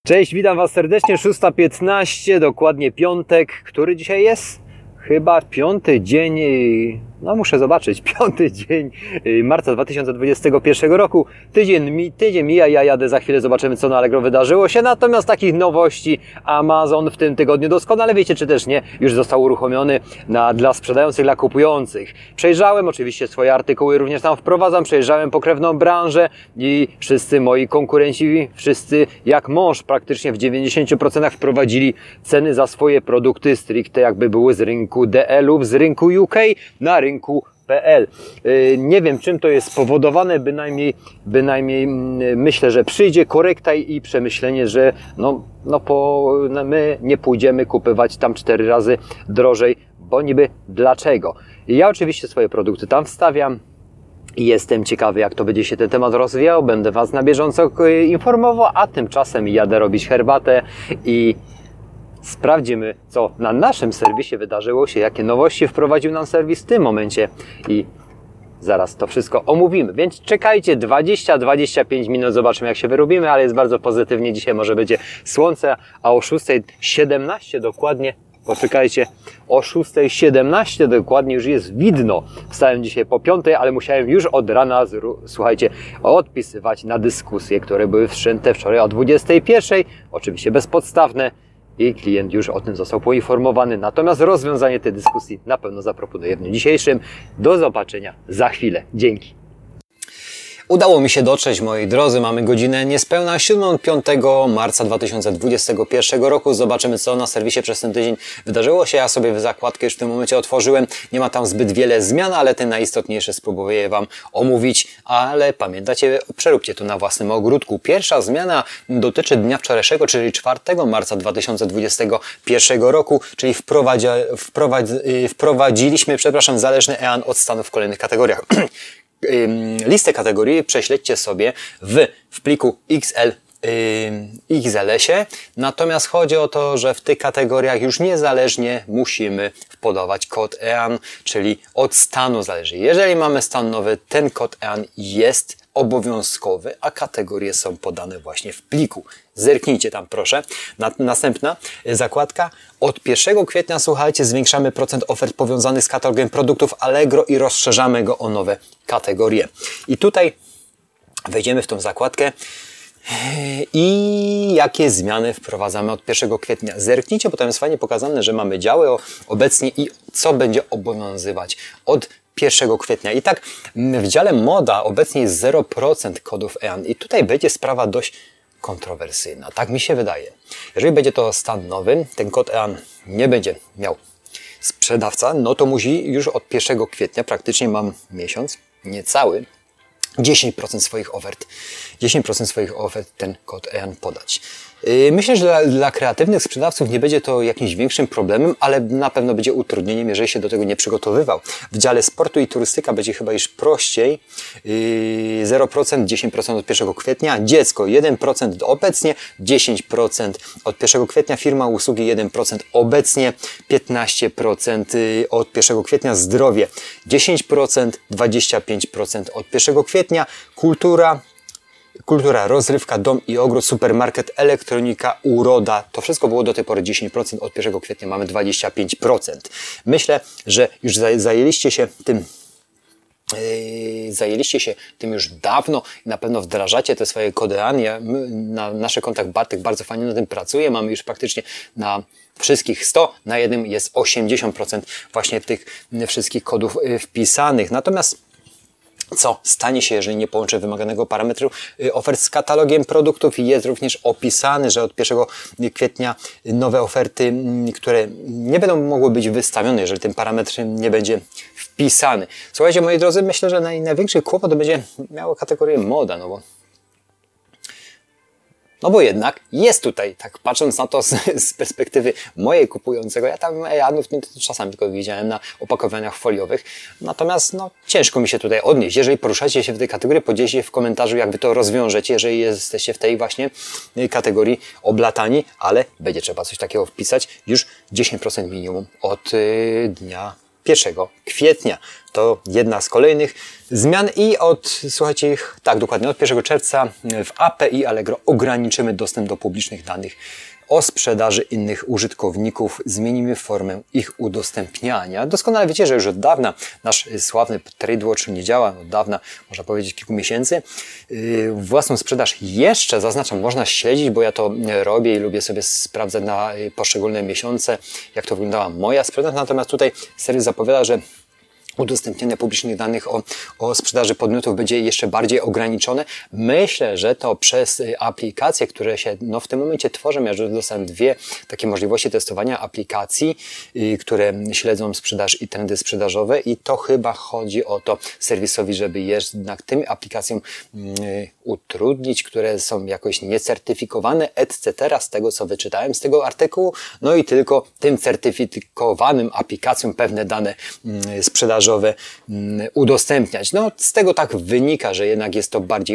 Cześć, witam Was serdecznie, 6:15, dokładnie piątek. Który dzisiaj jest? Chyba piąty dzień, no muszę zobaczyć, piąty dzień marca 2021 roku. Tydzień mija, ja jadę, za chwilę zobaczymy, co na Allegro wydarzyło się. Natomiast takich nowości Amazon w tym tygodniu doskonale wiecie, czy też nie, już został uruchomiony dla sprzedających, dla kupujących. Przejrzałem oczywiście swoje artykuły, również tam wprowadzam, przejrzałem pokrewną branżę i wszyscy moi konkurenci, wszyscy jak mąż praktycznie w 90% wprowadzili ceny za swoje produkty stricte jakby były z rynku DE lub z rynku UK na rynku PL. Nie wiem, czym to jest spowodowane, bynajmniej myślę, że przyjdzie korekta i przemyślenie, że my nie pójdziemy kupywać tam 4 razy drożej, bo niby dlaczego. Ja oczywiście swoje produkty tam wstawiam i jestem ciekawy, jak to będzie się ten temat rozwijał. Będę Was na bieżąco informował, a tymczasem jadę robić herbatę i sprawdzimy, co na naszym serwisie wydarzyło się, jakie nowości wprowadził nam serwis w tym momencie i zaraz to wszystko omówimy. Więc czekajcie 20-25 minut, zobaczymy, jak się wyrobimy, ale jest bardzo pozytywnie. Dzisiaj może będzie słońce, a o 6:17 dokładnie, poczekajcie, o 6:17 dokładnie już jest widno. Wstałem dzisiaj po 5, ale musiałem już od rana, słuchajcie, odpisywać na dyskusje, które były wszczęte wczoraj o 21, oczywiście bezpodstawne. I klient już o tym został poinformowany. Natomiast rozwiązanie tej dyskusji na pewno zaproponuję w dniu dzisiejszym. Do zobaczenia za chwilę. Dzięki. Udało mi się dotrzeć, moi drodzy. Mamy godzinę niespełna 7:05 marca 2021 roku. Zobaczymy, co na serwisie przez ten tydzień wydarzyło się. Ja sobie zakładkę już w tym momencie otworzyłem. Nie ma tam zbyt wiele zmian, ale te najistotniejsze spróbuję Wam omówić. Ale pamiętacie, przeróbcie to na własnym ogródku. Pierwsza zmiana dotyczy dnia wczorajszego, czyli 4 marca 2021 roku, czyli wprowadziliśmy, zależny EAN od stanu w kolejnych kategoriach. Listę kategorii prześledźcie sobie w pliku XLS-ie, natomiast chodzi o to, że w tych kategoriach już niezależnie musimy podawać kod EAN, czyli od stanu zależy. Jeżeli mamy stan nowy, ten kod EAN jest obowiązkowy, a kategorie są podane właśnie w pliku. Zerknijcie tam, proszę. Następna zakładka. Od 1 kwietnia, słuchajcie, zwiększamy procent ofert powiązanych z katalogiem produktów Allegro i rozszerzamy go o nowe kategorie. I tutaj wejdziemy w tą zakładkę i jakie zmiany wprowadzamy od 1 kwietnia. Zerknijcie, bo tam jest fajnie pokazane, że mamy działy obecnie i co będzie obowiązywać od 1 kwietnia. I tak w dziale moda obecnie jest 0% kodów EAN i tutaj będzie sprawa dość kontrowersyjna. Tak mi się wydaje. Jeżeli będzie to stan nowy, ten kod EAN nie będzie miał sprzedawca, no to musi już od 1 kwietnia, praktycznie mam miesiąc, niecały, 10% swoich ofert ten kod EAN podać. Myślę, że dla kreatywnych sprzedawców nie będzie to jakimś większym problemem, ale na pewno będzie utrudnieniem, jeżeli się do tego nie przygotowywał. W dziale sportu i turystyka będzie chyba już prościej. 0%, 10% od 1 kwietnia. Dziecko 1% obecnie, 10% od 1 kwietnia. Firma usługi 1% obecnie, 15% od 1 kwietnia. Zdrowie 10%, 25% od 1 kwietnia. Kultura, rozrywka, dom i ogród, supermarket, elektronika, uroda. To wszystko było do tej pory 10%, od 1 kwietnia mamy 25%. Myślę, że już zajęliście się tym już dawno i na pewno wdrażacie te swoje kody EAN. Na naszych kontach Bartek bardzo fajnie na tym pracuje. Mamy już praktycznie na wszystkich 100, na jednym jest 80% właśnie tych wszystkich kodów wpisanych. Natomiast co stanie się, jeżeli nie połączę wymaganego parametru ofert z katalogiem produktów? Jest również opisany, że od 1 kwietnia nowe oferty, które nie będą mogły być wystawione, jeżeli ten parametr nie będzie wpisany. Słuchajcie, moi drodzy, myślę, że największy kłopot będzie miało kategorię moda, no bo jednak jest tutaj, tak patrząc na to z perspektywy mojej kupującego, ja tam EANów czasami tylko widziałem na opakowaniach foliowych, natomiast ciężko mi się tutaj odnieść. Jeżeli poruszacie się w tej kategorii, podzielcie w komentarzu, jak wy to rozwiążecie, jeżeli jesteście w tej właśnie kategorii oblatani, ale będzie trzeba coś takiego wpisać, już 10% minimum od dnia 1 kwietnia. to jedna z kolejnych zmian i słuchajcie, tak dokładnie, od 1 czerwca w API Allegro ograniczymy dostęp do publicznych danych o sprzedaży innych użytkowników, zmienimy formę ich udostępniania. Doskonale wiecie, że już od dawna nasz sławny TradeWatch nie działa, od dawna, można powiedzieć kilku miesięcy. Własną sprzedaż jeszcze, zaznaczam, można śledzić, bo ja to robię i lubię sobie sprawdzać na poszczególne miesiące, jak to wyglądała moja sprzedaż. Natomiast tutaj serwis zapowiada, że udostępnienie publicznych danych o sprzedaży podmiotów będzie jeszcze bardziej ograniczone. Myślę, że to przez aplikacje, które się w tym momencie tworzą. Ja już dostałem 2 takie możliwości testowania aplikacji, które śledzą sprzedaż i trendy sprzedażowe i to chyba chodzi o to serwisowi, żeby jednak tym aplikacjom utrudnić, które są jakoś niecertyfikowane, etc. z tego, co wyczytałem z tego artykułu. No i tylko tym certyfikowanym aplikacjom pewne dane sprzedażowe udostępniać. No, z tego tak wynika, że jednak jest to bardziej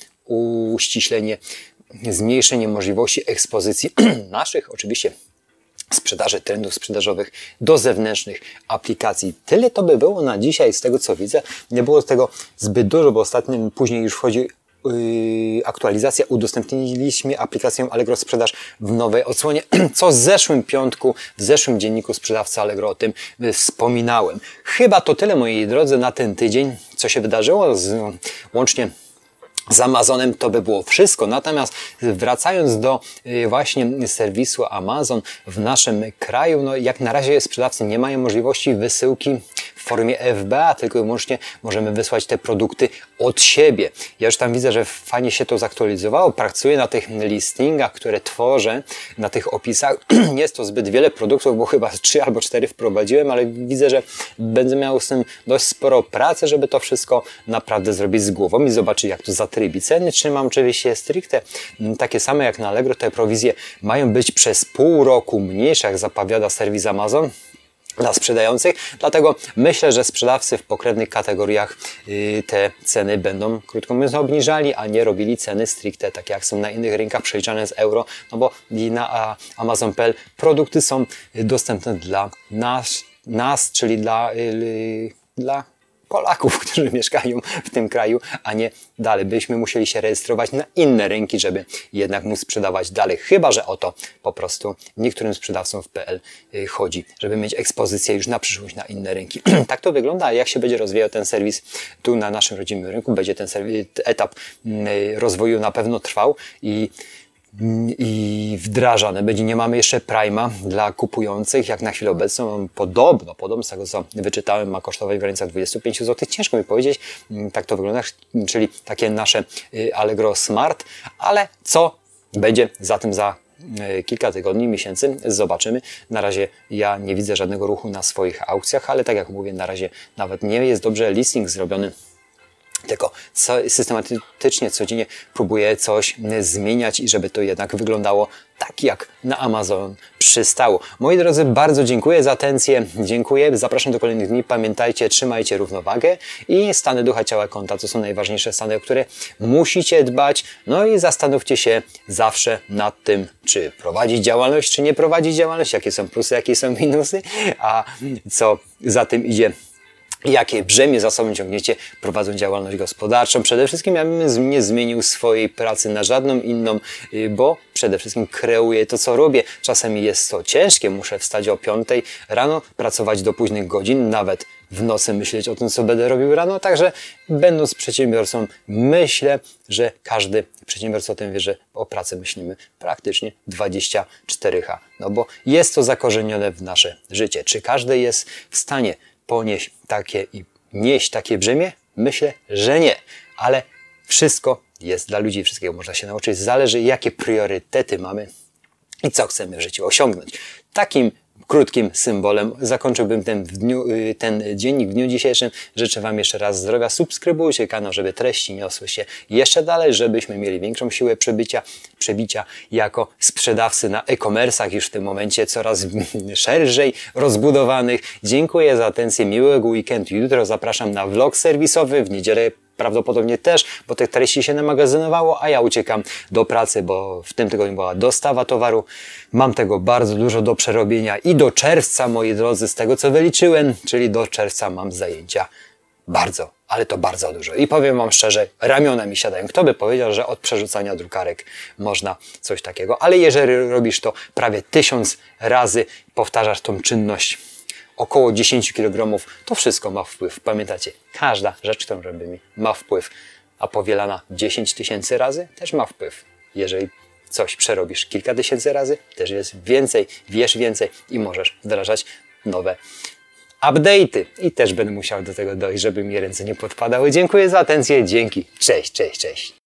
uściślenie, zmniejszenie możliwości ekspozycji naszych, oczywiście, sprzedaży, trendów sprzedażowych do zewnętrznych aplikacji. Tyle to by było na dzisiaj, z tego co widzę. Nie było tego zbyt dużo, bo ostatnim później już wchodzi aktualizacja. Udostępniliśmy aplikację Allegro Sprzedaż w nowej odsłonie, co w zeszłym piątku, w zeszłym dzienniku sprzedawcy Allegro o tym wspominałem. Chyba to tyle, moi drodzy, na ten tydzień, co się wydarzyło łącznie z Amazonem, to by było wszystko. Natomiast wracając do właśnie serwisu Amazon w naszym kraju, no jak na razie sprzedawcy nie mają możliwości wysyłki w formie FBA, tylko i wyłącznie możemy wysłać te produkty od siebie. Ja już tam widzę, że fajnie się to zaktualizowało. Pracuję na tych listingach, które tworzę, na tych opisach. Nie jest to zbyt wiele produktów, bo chyba 3 albo 4 wprowadziłem, ale widzę, że będę miał z tym dość sporo pracy, żeby to wszystko naprawdę zrobić z głową i zobaczyć, jak to zatrybi. Ceny trzymam oczywiście stricte takie same jak na Allegro. Te prowizje mają być przez pół roku mniejsze, jak zapowiada serwis Amazon dla sprzedających, dlatego myślę, że sprzedawcy w pokrewnych kategoriach te ceny będą, krótko mówiąc, obniżali, a nie robili ceny stricte, takie jak są na innych rynkach przeliczane z euro, no bo i na Amazon.pl produkty są dostępne dla nas, czyli dla Polaków, którzy mieszkają w tym kraju, a nie dalej. Byśmy musieli się rejestrować na inne rynki, żeby jednak móc sprzedawać dalej. Chyba że o to po prostu niektórym sprzedawcom w PL chodzi, żeby mieć ekspozycję już na przyszłość na inne rynki. Tak to wygląda, jak się będzie rozwijał ten serwis tu na naszym rodzimym rynku. Będzie ten etap rozwoju na pewno trwał i wdrażane będzie. Nie mamy jeszcze Prima dla kupujących, jak na chwilę obecną. Podobno z tego co wyczytałem, ma kosztować w granicach 25 zł. Ciężko mi powiedzieć, tak to wygląda, czyli takie nasze Allegro Smart, ale co będzie za tym za kilka tygodni, miesięcy, zobaczymy. Na razie ja nie widzę żadnego ruchu na swoich aukcjach, ale tak jak mówię, na razie nawet nie jest dobrze listing zrobiony, tylko systematycznie, codziennie próbuję coś zmieniać i żeby to jednak wyglądało tak, jak na Amazon przystało. Moi drodzy, bardzo dziękuję za atencję. Dziękuję. Zapraszam do kolejnych dni. Pamiętajcie, trzymajcie równowagę i stany ducha, ciała, konta to są najważniejsze stany, o które musicie dbać. No i zastanówcie się zawsze nad tym, czy prowadzić działalność, czy nie prowadzić działalność, jakie są plusy, jakie są minusy, a co za tym idzie. Jakie brzemię za sobą ciągniecie, prowadząc działalność gospodarczą. Przede wszystkim ja bym nie zmienił swojej pracy na żadną inną, bo przede wszystkim kreuję to, co robię. Czasami jest to ciężkie, muszę wstać o 5 rano, pracować do późnych godzin, nawet w nocy myśleć o tym, co będę robił rano. Także będąc przedsiębiorcą, myślę, że każdy przedsiębiorca o tym wie, że o pracy myślimy praktycznie 24H. No bo jest to zakorzenione w nasze życie. Czy każdy jest w stanie ponieść takie i nieść takie brzemię? Myślę, że nie. Ale wszystko jest dla ludzi, wszystkiego można się nauczyć. Zależy, jakie priorytety mamy i co chcemy w życiu osiągnąć. Takim krótkim symbolem zakończyłbym ten dziennik w dniu dzisiejszym. Życzę Wam jeszcze raz zdrowia. Subskrybujcie kanał, żeby treści niosły się jeszcze dalej, żebyśmy mieli większą siłę przebicia jako sprzedawcy na e-commerce'ach już w tym momencie coraz szerzej rozbudowanych. Dziękuję za atencję, miłego weekendu. Jutro zapraszam na vlog serwisowy, w niedzielę prawdopodobnie też, bo tych treści się namagazynowało, a ja uciekam do pracy, bo w tym tygodniu była dostawa towaru. Mam tego bardzo dużo do przerobienia i do czerwca, moi drodzy, z tego co wyliczyłem, czyli do czerwca mam zajęcia bardzo, ale to bardzo dużo. I powiem wam szczerze, ramiona mi siadają. Kto by powiedział, że od przerzucania drukarek można coś takiego. Ale jeżeli robisz to prawie 1000 razy, powtarzasz tą czynność około 10 kg, to wszystko ma wpływ. Pamiętacie, każda rzecz, którą robimy, ma wpływ. A powielana 10 000 razy też ma wpływ. Jeżeli coś przerobisz kilka tysięcy razy, też jest więcej, wiesz więcej i możesz wdrażać nowe update'y. I też będę musiał do tego dojść, żeby mi ręce nie podpadały. Dziękuję za atencję. Dzięki. Cześć, cześć, cześć.